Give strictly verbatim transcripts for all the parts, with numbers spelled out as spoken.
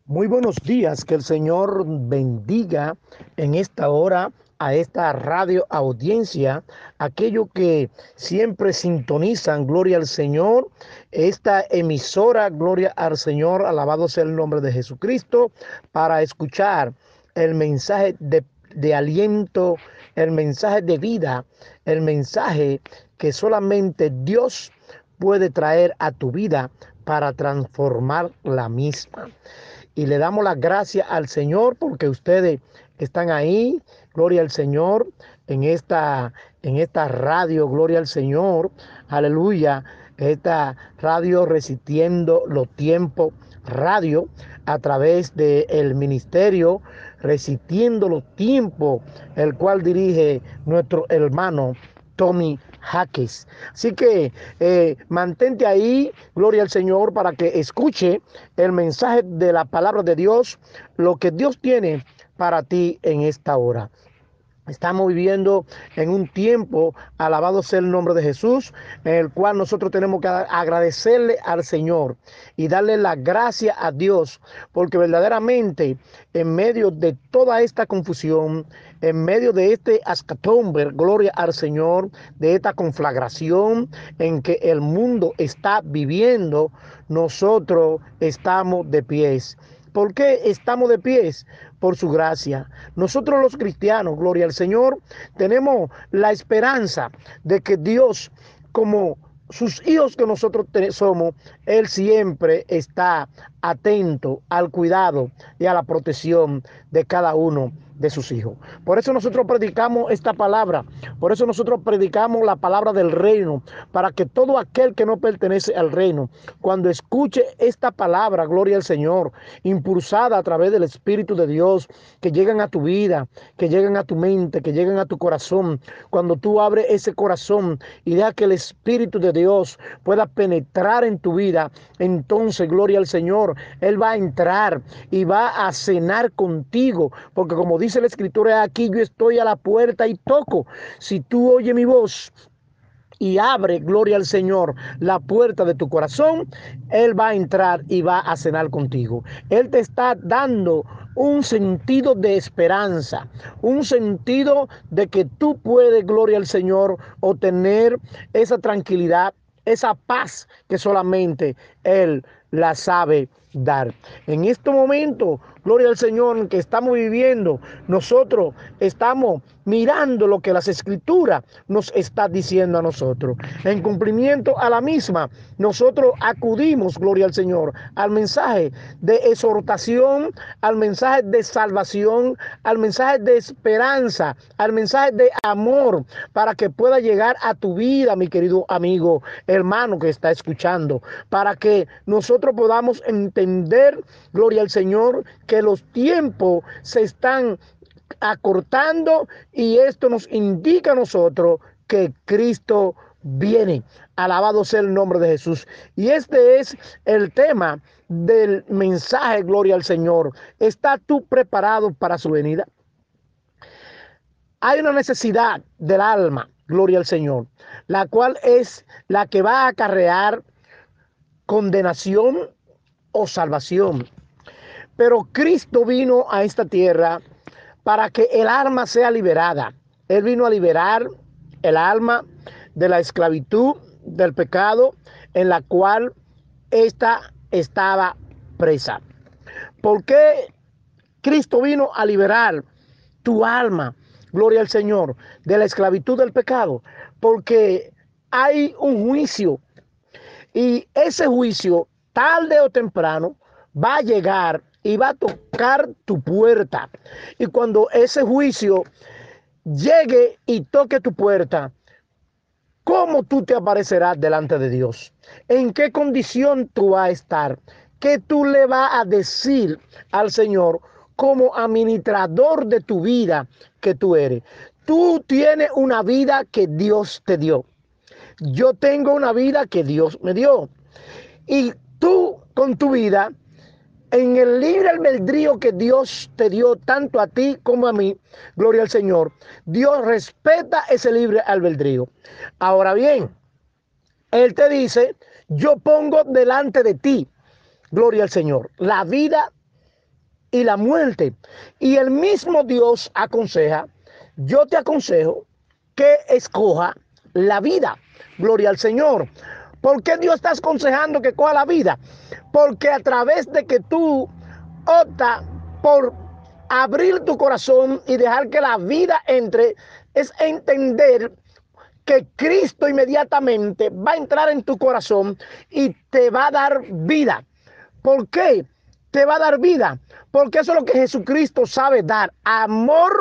Muy buenos días, que el Señor bendiga en esta hora a esta radio audiencia, aquellos que siempre sintonizan, gloria al Señor, esta emisora, gloria al Señor, alabado sea el nombre de Jesucristo, para escuchar el mensaje de, de aliento, el mensaje de vida, el mensaje que solamente Dios puede traer a tu vida para transformar la misma. Y le damos las gracias al Señor porque ustedes están ahí, gloria al Señor, en esta, en esta radio, gloria al Señor, aleluya, esta radio Resistiendo los Tiempos Radio, a través del ministerio Resistiendo los Tiempos, el cual dirige nuestro hermano Tommy Jaques. Así que eh, mantente ahí, gloria al Señor, para que escuche el mensaje de la palabra de Dios, lo que Dios tiene para ti en esta hora. Estamos viviendo en un tiempo, alabado sea el nombre de Jesús, en el cual nosotros tenemos que agradecerle al Señor y darle la gracia a Dios, porque verdaderamente en medio de toda esta confusión, en medio de este ascatomber, gloria al Señor, de esta conflagración en que el mundo está viviendo, nosotros estamos de pies. ¿Por qué estamos de pies? Por su gracia. Nosotros los cristianos, gloria al Señor, tenemos la esperanza de que Dios, como sus hijos que nosotros somos, Él siempre está atento al cuidado y a la protección de cada uno de sus hijos. Por eso nosotros predicamos esta palabra, por eso nosotros predicamos la palabra del reino, para que todo aquel que no pertenece al reino, cuando escuche esta palabra, gloria al Señor, impulsada a través del Espíritu de Dios, que llegan a tu vida, que llegan a tu mente, que llegan a tu corazón, cuando tú abres ese corazón y dejas que el Espíritu de Dios pueda penetrar en tu vida, entonces, gloria al Señor, Él va a entrar y va a cenar contigo, porque como dice Dice la escritura, aquí yo estoy a la puerta y toco. Si tú oyes mi voz y abre, gloria al Señor, la puerta de tu corazón, Él va a entrar y va a cenar contigo. Él te está dando un sentido de esperanza, un sentido de que tú puedes, gloria al Señor, obtener esa tranquilidad, esa paz que solamente Él la sabe dar. En este momento, gloria al Señor, que estamos viviendo, nosotros estamos mirando lo que las escrituras nos está diciendo a nosotros. En cumplimiento a la misma, nosotros acudimos, gloria al Señor, al mensaje de exhortación, al mensaje de salvación, al mensaje de esperanza, al mensaje de amor, para que pueda llegar a tu vida, mi querido amigo, hermano que está escuchando, para que nosotros podamos entender, gloria al Señor, que los tiempos se están acortando y esto nos indica a nosotros que Cristo viene. Alabado sea el nombre de Jesús. Y este es el tema del mensaje, gloria al Señor. ¿Estás tú preparado para su venida? Hay una necesidad del alma, gloria al Señor, la cual es la que va a acarrear condenación o salvación. Pero Cristo vino a esta tierra para que el alma sea liberada. Él vino a liberar el alma de la esclavitud, del pecado, en la cual ésta estaba presa. ¿Por qué Cristo vino a liberar tu alma, gloria al Señor, de la esclavitud del pecado? Porque hay un juicio y ese juicio, tarde o temprano, va a llegar y va a tocar tu puerta. Y cuando ese juicio llegue y toque tu puerta, ¿cómo tú te aparecerás delante de Dios? ¿En qué condición tú vas a estar? ¿Qué tú le vas a decir al Señor como administrador de tu vida que tú eres? Tú tienes una vida que Dios te dio. Yo tengo una vida que Dios me dio. Y tú con tu vida, en el libre albedrío que Dios te dio tanto a ti como a mí, gloria al Señor, Dios respeta ese libre albedrío. Ahora bien, Él te dice, yo pongo delante de ti, gloria al Señor, la vida y la muerte. Y el mismo Dios aconseja, yo te aconsejo que escoja la vida. Gloria al Señor. ¿Por qué Dios está aconsejando que coja la vida? Porque a través de que tú optas por abrir tu corazón y dejar que la vida entre, es entender que Cristo inmediatamente va a entrar en tu corazón y te va a dar vida. ¿Por qué te va a dar vida? Porque eso es lo que Jesucristo sabe dar: amor,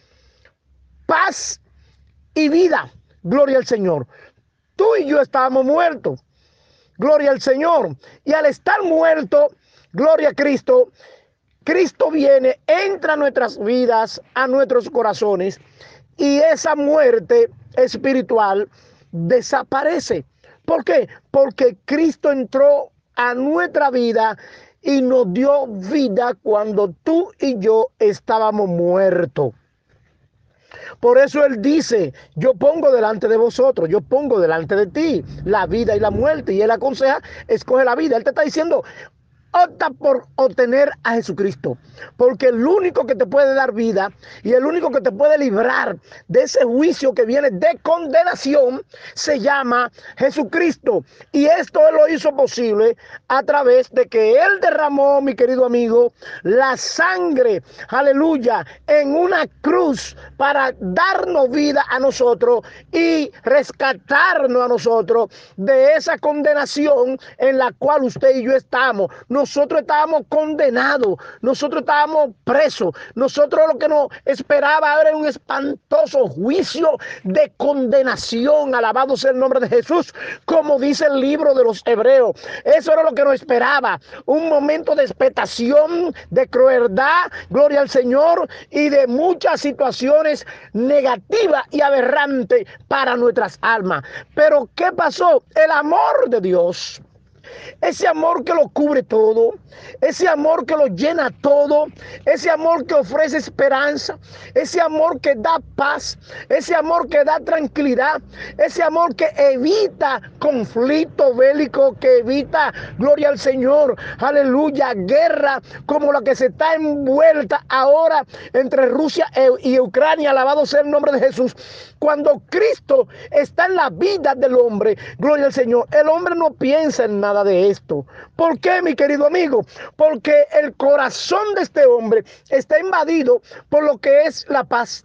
paz y vida. Gloria al Señor. Tú y yo estábamos muertos. Gloria al Señor. Y al estar muerto, gloria a Cristo, Cristo viene, entra a nuestras vidas, a nuestros corazones, y esa muerte espiritual desaparece. ¿Por qué? Porque Cristo entró a nuestra vida y nos dio vida cuando tú y yo estábamos muertos. Por eso Él dice, yo pongo delante de vosotros, yo pongo delante de ti la vida y la muerte. Y Él aconseja, escoge la vida. Él te está diciendo, opta por obtener a Jesucristo, porque el único que te puede dar vida y el único que te puede librar de ese juicio que viene de condenación se llama Jesucristo. Y esto Él lo hizo posible a través de que Él derramó, mi querido amigo, la sangre, aleluya, en una cruz para darnos vida a nosotros y rescatarnos a nosotros de esa condenación en la cual usted y yo estamos. Nosotros estábamos condenados, nosotros estábamos presos, nosotros lo que nos esperaba era un espantoso juicio de condenación. Alabado sea el nombre de Jesús, como dice el libro de los Hebreos. Eso era lo que nos esperaba, un momento de expectación, de crueldad, gloria al Señor, y de muchas situaciones negativas y aberrantes para nuestras almas. Pero ¿qué pasó? El amor de Dios, ese amor que lo cubre todo, ese amor que lo llena todo, ese amor que ofrece esperanza, ese amor que da paz, ese amor que da tranquilidad, ese amor que evita conflicto bélico, que evita, gloria al Señor, aleluya, guerra como la que se está envuelta ahora entre Rusia y Ucrania. Alabado sea el nombre de Jesús. Cuando Cristo está en la vida del hombre, gloria al Señor, el hombre no piensa en nada de esto. ¿Por qué, mi querido amigo? Porque el corazón de este hombre está invadido por lo que es la paz,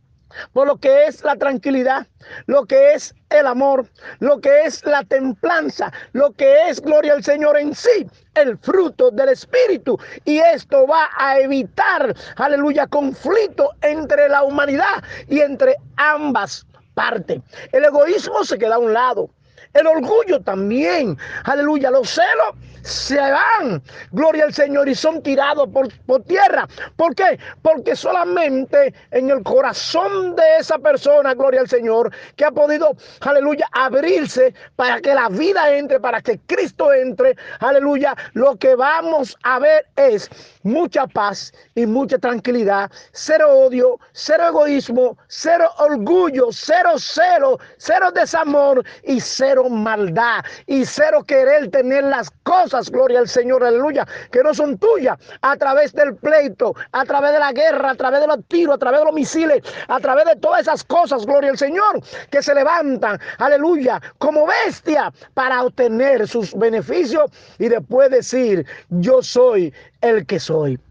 por lo que es la tranquilidad, lo que es el amor, lo que es la templanza, lo que es, gloria al Señor, en sí, el fruto del Espíritu. Y esto va a evitar, aleluya, conflicto entre la humanidad y entre ambas partes. El egoísmo se queda a un lado. El orgullo también, aleluya, los celos se van, gloria al Señor, y son tirados por, por tierra. ¿Por qué? Porque solamente en el corazón de esa persona, gloria al Señor, que ha podido, aleluya, abrirse para que la vida entre, para que Cristo entre, aleluya, lo que vamos a ver es mucha paz y mucha tranquilidad, cero odio, cero egoísmo, cero orgullo, cero celo, cero desamor y cero maldad y cero querer tener las cosas, gloria al Señor, aleluya, que no son tuyas, a través del pleito, a través de la guerra, a través de los tiros, a través de los misiles, a través de todas esas cosas, gloria al Señor, que se levantan, aleluya, como bestia para obtener sus beneficios y después decir, yo soy el que soy.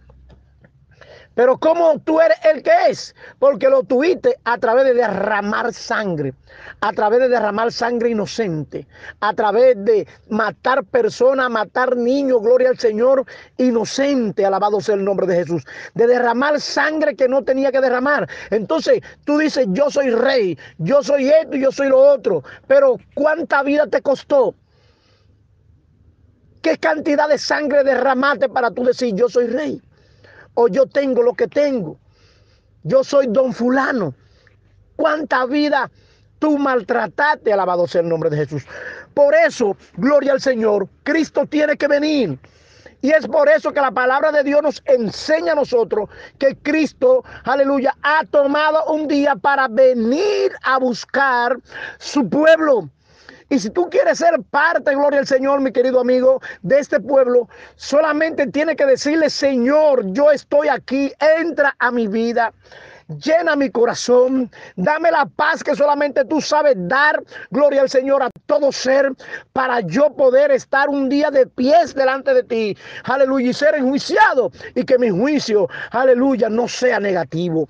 Pero ¿cómo tú eres el que es? Porque lo tuviste a través de derramar sangre, a través de derramar sangre inocente, a través de matar personas, matar niños, gloria al Señor, inocente, alabado sea el nombre de Jesús, de derramar sangre que no tenía que derramar. Entonces tú dices, yo soy rey, yo soy esto y yo soy lo otro, pero ¿cuánta vida te costó? ¿Qué cantidad de sangre derramaste para tú decir, yo soy rey? O yo tengo lo que tengo, yo soy don fulano. ¿Cuánta vida tú maltrataste? Alabado sea el nombre de Jesús. Por eso, gloria al Señor, Cristo tiene que venir. Y es por eso que la palabra de Dios nos enseña a nosotros que Cristo, aleluya, ha tomado un día para venir a buscar su pueblo. Y si tú quieres ser parte, gloria al Señor, mi querido amigo, de este pueblo, solamente tienes que decirle: Señor, yo estoy aquí, entra a mi vida. Llena mi corazón, dame la paz que solamente tú sabes dar, gloria al Señor, a todo ser, para yo poder estar un día de pies delante de ti, aleluya, y ser enjuiciado, y que mi juicio, aleluya, no sea negativo.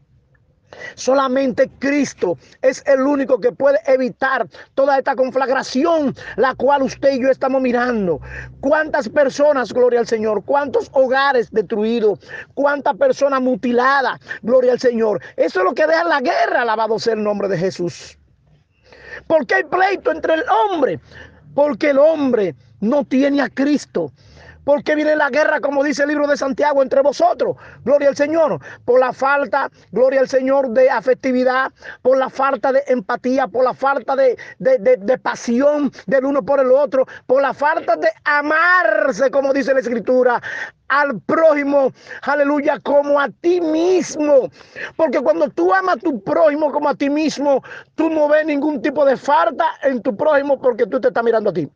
Solamente Cristo es el único que puede evitar toda esta conflagración, la cual usted y yo estamos mirando. Cuántas personas, gloria al Señor, cuántos hogares destruidos, cuántas personas mutiladas, gloria al Señor. Eso es lo que deja la guerra, alabado sea el nombre de Jesús. ¿Por qué hay pleito entre el hombre? Porque el hombre no tiene a Cristo. ¿Por qué viene la guerra, como dice el libro de Santiago, entre vosotros? Gloria al Señor. Por la falta, gloria al Señor, de afectividad, por la falta de empatía, por la falta de, de, de, de pasión del uno por el otro, por la falta de amarse, como dice la Escritura, al prójimo, aleluya, como a ti mismo. Porque cuando tú amas a tu prójimo como a ti mismo, tú no ves ningún tipo de falta en tu prójimo porque tú te estás mirando a ti.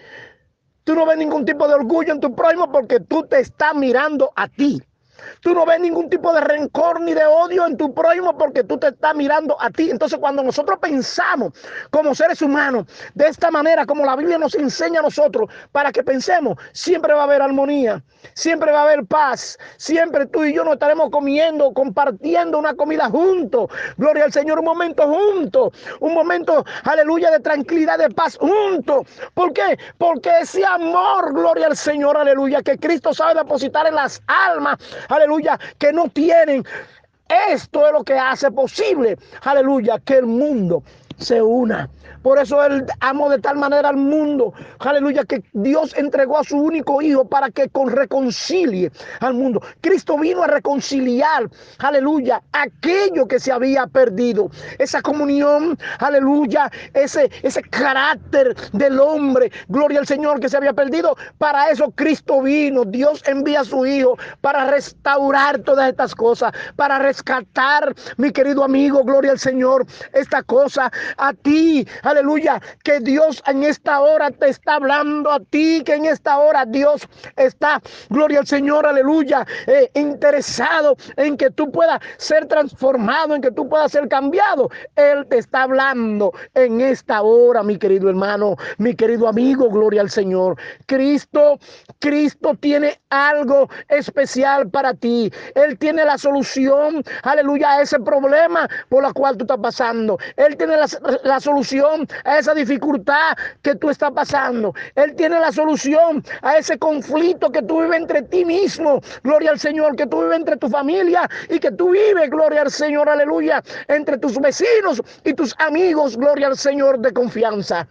Tú no ves ningún tipo de orgullo en tu prójimo porque tú te estás mirando a ti. Tú no ves ningún tipo de rencor ni de odio en tu prójimo porque tú te estás mirando a ti. Entonces, cuando nosotros pensamos como seres humanos de esta manera, como la Biblia nos enseña a nosotros, para que pensemos, siempre va a haber armonía, siempre va a haber paz, siempre tú y yo nos estaremos comiendo, compartiendo una comida juntos. Gloria al Señor, un momento juntos, un momento, aleluya, de tranquilidad, de paz juntos. ¿Por qué? Porque ese amor, gloria al Señor, aleluya, que Cristo sabe depositar en las almas, aleluya, que no tienen. Esto es lo que hace posible, aleluya, que el mundo se una. Por eso Él amó de tal manera al mundo, aleluya, que Dios entregó a su único hijo para que con reconcilie al mundo. Cristo vino a reconciliar, aleluya, aquello que se había perdido. Esa comunión, aleluya, ese, ese carácter del hombre, gloria al Señor, que se había perdido. Para eso Cristo vino. Dios envía a su hijo para restaurar todas estas cosas, para rescatar, mi querido amigo, gloria al Señor, esta cosa a ti, aleluya, que Dios en esta hora te está hablando a ti, que en esta hora Dios está, gloria al Señor, aleluya, eh, interesado en que tú puedas ser transformado, en que tú puedas ser cambiado. Él te está hablando en esta hora, mi querido hermano, mi querido amigo, gloria al Señor. Cristo, Cristo tiene algo especial para ti. Él tiene la solución, aleluya, a ese problema por la cual tú estás pasando. Él tiene la, la solución a esa dificultad que tú estás pasando. Él tiene la solución a ese conflicto que tú vives entre ti mismo, gloria al Señor, que tú vives entre tu familia y que tú vives, gloria al Señor, aleluya, entre tus vecinos y tus amigos, gloria al Señor, de confianza.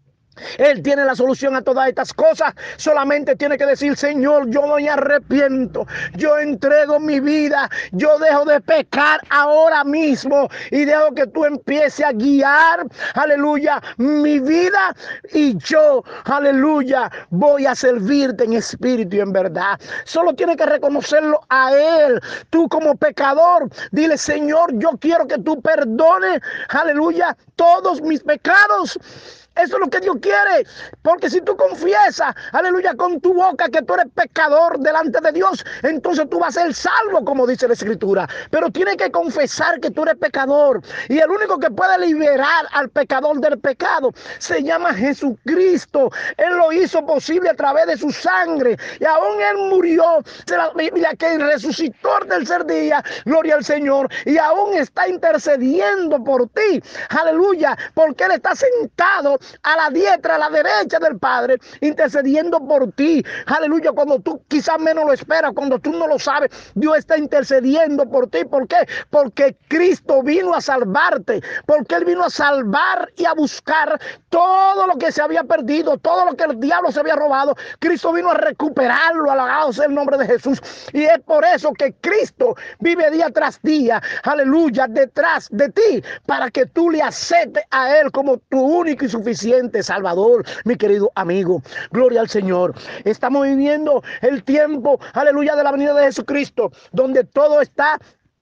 Él tiene la solución a todas estas cosas. Solamente tiene que decir: Señor, yo me arrepiento, yo entrego mi vida, yo dejo de pecar ahora mismo y dejo que tú empieces a guiar, aleluya, mi vida, y yo, aleluya, voy a servirte en espíritu y en verdad. Solo tiene que reconocerlo a Él. Tú como pecador, dile: Señor, yo quiero que tú perdones, aleluya, todos mis pecados. Eso es lo que Dios quiere, porque si tú confiesas, aleluya, con tu boca que tú eres pecador delante de Dios, entonces tú vas a ser salvo, como dice la Escritura. Pero tienes que confesar que tú eres pecador, y el único que puede liberar al pecador del pecado se llama Jesucristo. Él lo hizo posible a través de su sangre, y aún Él murió, la Biblia que resucitó del tercer día, gloria al Señor, y aún está intercediendo por ti, aleluya, porque Él está sentado a la diestra, a la derecha del Padre, intercediendo por ti, aleluya. Cuando tú quizás menos lo esperas, cuando tú no lo sabes, Dios está intercediendo por ti. ¿Por qué? Porque Cristo vino a salvarte, porque Él vino a salvar y a buscar todo lo que se había perdido, todo lo que el diablo se había robado. Cristo vino a recuperarlo, alabado sea el nombre de Jesús. Y es por eso que Cristo vive día tras día, aleluya, detrás de ti, para que tú le aceptes a Él como tu único y suficiente Salvador, mi querido amigo. Gloria al Señor. Estamos viviendo el tiempo, aleluya, de la venida de Jesucristo, donde todo está,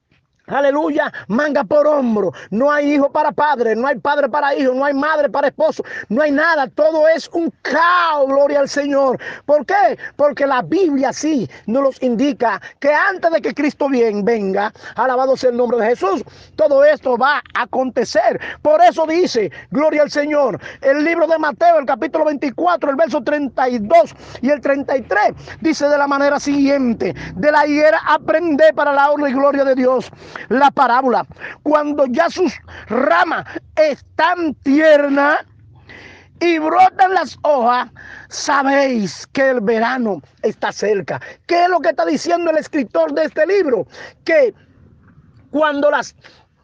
Aleluya, manga por hombro. No hay hijo para padre, no hay padre para hijo, no hay madre para esposo, no hay nada. Todo es un caos, gloria al Señor. ¿Por qué? Porque la Biblia sí nos los indica que antes de que Cristo bien venga, alabado sea el nombre de Jesús, todo esto va a acontecer. Por eso dice, gloria al Señor, el libro de Mateo, el capítulo veinticuatro, el verso treinta y dos y el treinta y tres, dice de la manera siguiente: de la higuera aprended para la honra y gloria de Dios la parábola. Cuando ya sus ramas están tiernas y brotan las hojas, sabéis que el verano está cerca. ¿Qué es lo que está diciendo el escritor de este libro? Que cuando las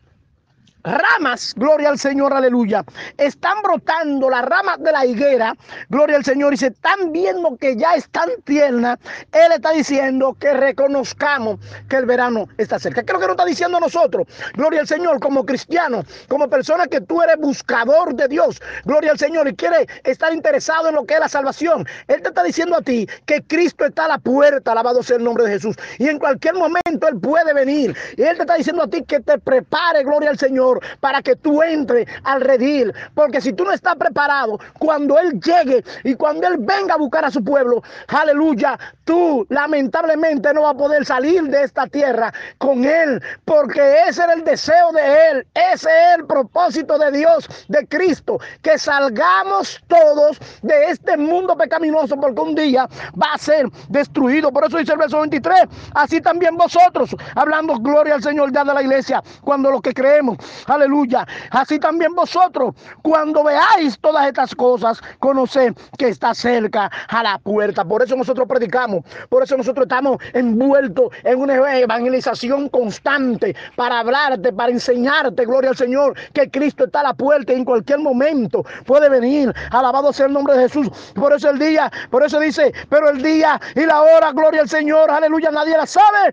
ramas, gloria al Señor, aleluya, están brotando las ramas de la higuera, gloria al Señor, y se están viendo que ya están tiernas, Él está diciendo que reconozcamos que el verano está cerca. ¿Qué es lo que nos está diciendo a nosotros? Gloria al Señor, como cristianos, como persona que tú eres buscador de Dios, gloria al Señor, y quieres estar interesado en lo que es la salvación. Él te está diciendo a ti que Cristo está a la puerta, alabado sea el nombre de Jesús, y en cualquier momento Él puede venir, y Él te está diciendo a ti que te prepare, gloria al Señor, para que tú entres al redil, porque si tú no estás preparado, cuando Él llegue y cuando Él venga a buscar a su pueblo, aleluya, tú lamentablemente no vas a poder salir de esta tierra con Él, porque ese era el deseo de Él, ese es el propósito de Dios, de Cristo, que salgamos todos de este mundo pecaminoso, porque un día va a ser destruido. Por eso dice el verso veintitrés, así también vosotros, hablando gloria al Señor ya de la iglesia, cuando los que creemos, aleluya, así también vosotros, cuando veáis todas estas cosas, conoced que está cerca a la puerta. Por eso nosotros predicamos, por eso nosotros estamos envueltos en una evangelización constante, para hablarte, para enseñarte, gloria al Señor, que Cristo está a la puerta y en cualquier momento puede venir. Alabado sea el nombre de Jesús. Por eso el día, por eso dice, pero el día y la hora, gloria al Señor, aleluya, nadie la sabe,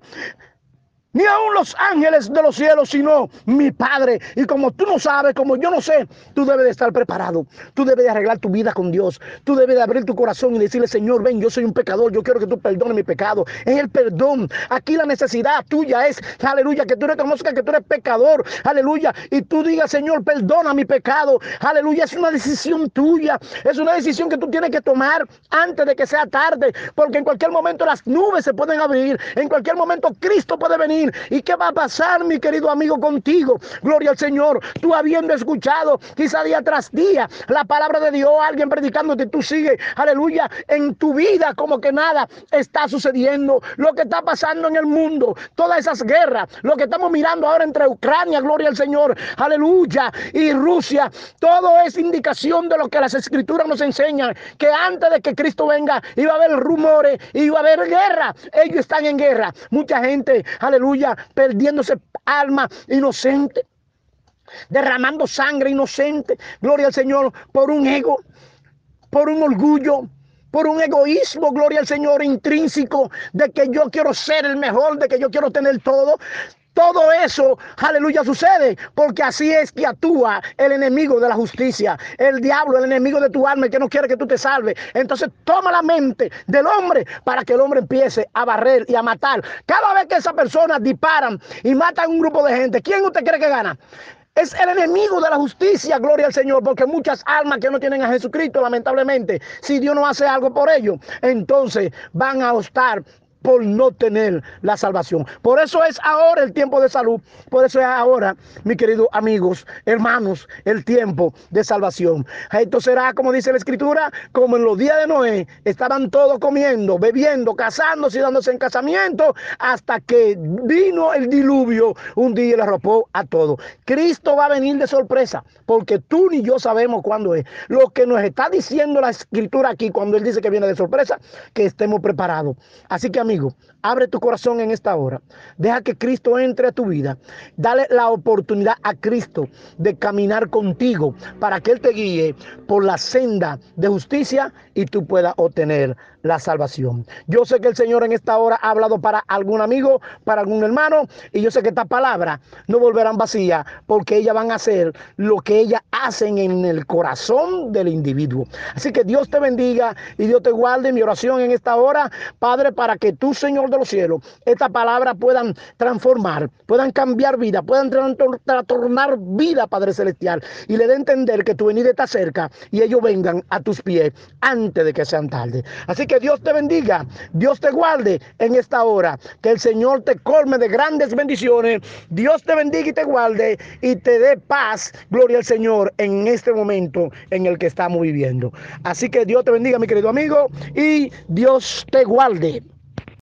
ni aun los ángeles de los cielos, sino mi Padre. Y como tú no sabes, como yo no sé, tú debes de estar preparado. Tú debes de arreglar tu vida con Dios. Tú debes de abrir tu corazón y decirle: Señor, ven, yo soy un pecador, yo quiero que tú perdones mi pecado. Es el perdón. Aquí la necesidad tuya es, aleluya, que tú reconozcas que tú eres pecador, aleluya, y tú digas: Señor, perdona mi pecado, aleluya. Es una decisión tuya, es una decisión que tú tienes que tomar antes de que sea tarde, porque en cualquier momento las nubes se pueden abrir, en cualquier momento Cristo puede venir. ¿Y qué va a pasar, mi querido amigo, contigo? Gloria al Señor. Tú habiendo escuchado quizá día tras día la palabra de Dios, alguien predicándote, tú sigues, aleluya, en tu vida como que nada está sucediendo. Lo que está pasando en el mundo, todas esas guerras, lo que estamos mirando ahora entre Ucrania, gloria al Señor, aleluya, y Rusia, todo es indicación de lo que las escrituras nos enseñan, que antes de que Cristo venga iba a haber rumores, iba a haber guerra. Ellos están en guerra. Mucha gente, aleluya, perdiéndose alma inocente, derramando sangre inocente, gloria al Señor, por un ego, por un orgullo, por un egoísmo, gloria al Señor, intrínseco, de que yo quiero ser el mejor, de que yo quiero tener todo. Todo eso, aleluya, sucede porque así es que actúa el enemigo de la justicia, el diablo, el enemigo de tu alma, el que no quiere que tú te salves. Entonces toma la mente del hombre para que el hombre empiece a barrer y a matar. Cada vez que esas personas disparan y matan a un grupo de gente, ¿quién usted cree que gana? Es el enemigo de la justicia, gloria al Señor, porque muchas almas que no tienen a Jesucristo, lamentablemente, si Dios no hace algo por ellos, entonces van a optar por no tener la salvación. Por eso es ahora el tiempo de salud. Por eso es ahora, mis queridos amigos, hermanos, el tiempo de salvación. Esto será, como dice la Escritura, como en los días de Noé, estaban todos comiendo, bebiendo, casándose y dándose en casamiento, hasta que vino el diluvio un día y le arropó a todos. Cristo va a venir de sorpresa, porque tú ni yo sabemos cuándo es. Lo que nos está diciendo la Escritura aquí, cuando Él dice que viene de sorpresa, que estemos preparados. Así que, amigo, abre tu corazón en esta hora. Deja que Cristo entre a tu vida. Dale la oportunidad a Cristo de caminar contigo para que Él te guíe por la senda de justicia y tú puedas obtener la salvación. Yo sé que el Señor en esta hora ha hablado para algún amigo, para algún hermano, y yo sé que estas palabras no volverán vacías, porque ellas van a hacer lo que ellas hacen en el corazón del individuo. Así que Dios te bendiga y Dios te guarde. Mi oración en esta hora, Padre, para que tú, Señor de los cielos, estas palabras puedan transformar, puedan cambiar vida, puedan trastornar vida, Padre Celestial, y le dé a entender que tu venida está cerca y ellos vengan a tus pies antes de que sean tarde. Así que Dios te bendiga, Dios te guarde en esta hora, que el Señor te colme de grandes bendiciones. Dios te bendiga y te guarde y te dé paz, gloria al Señor, en este momento en el que estamos viviendo. Así que Dios te bendiga, mi querido amigo, y Dios te guarde.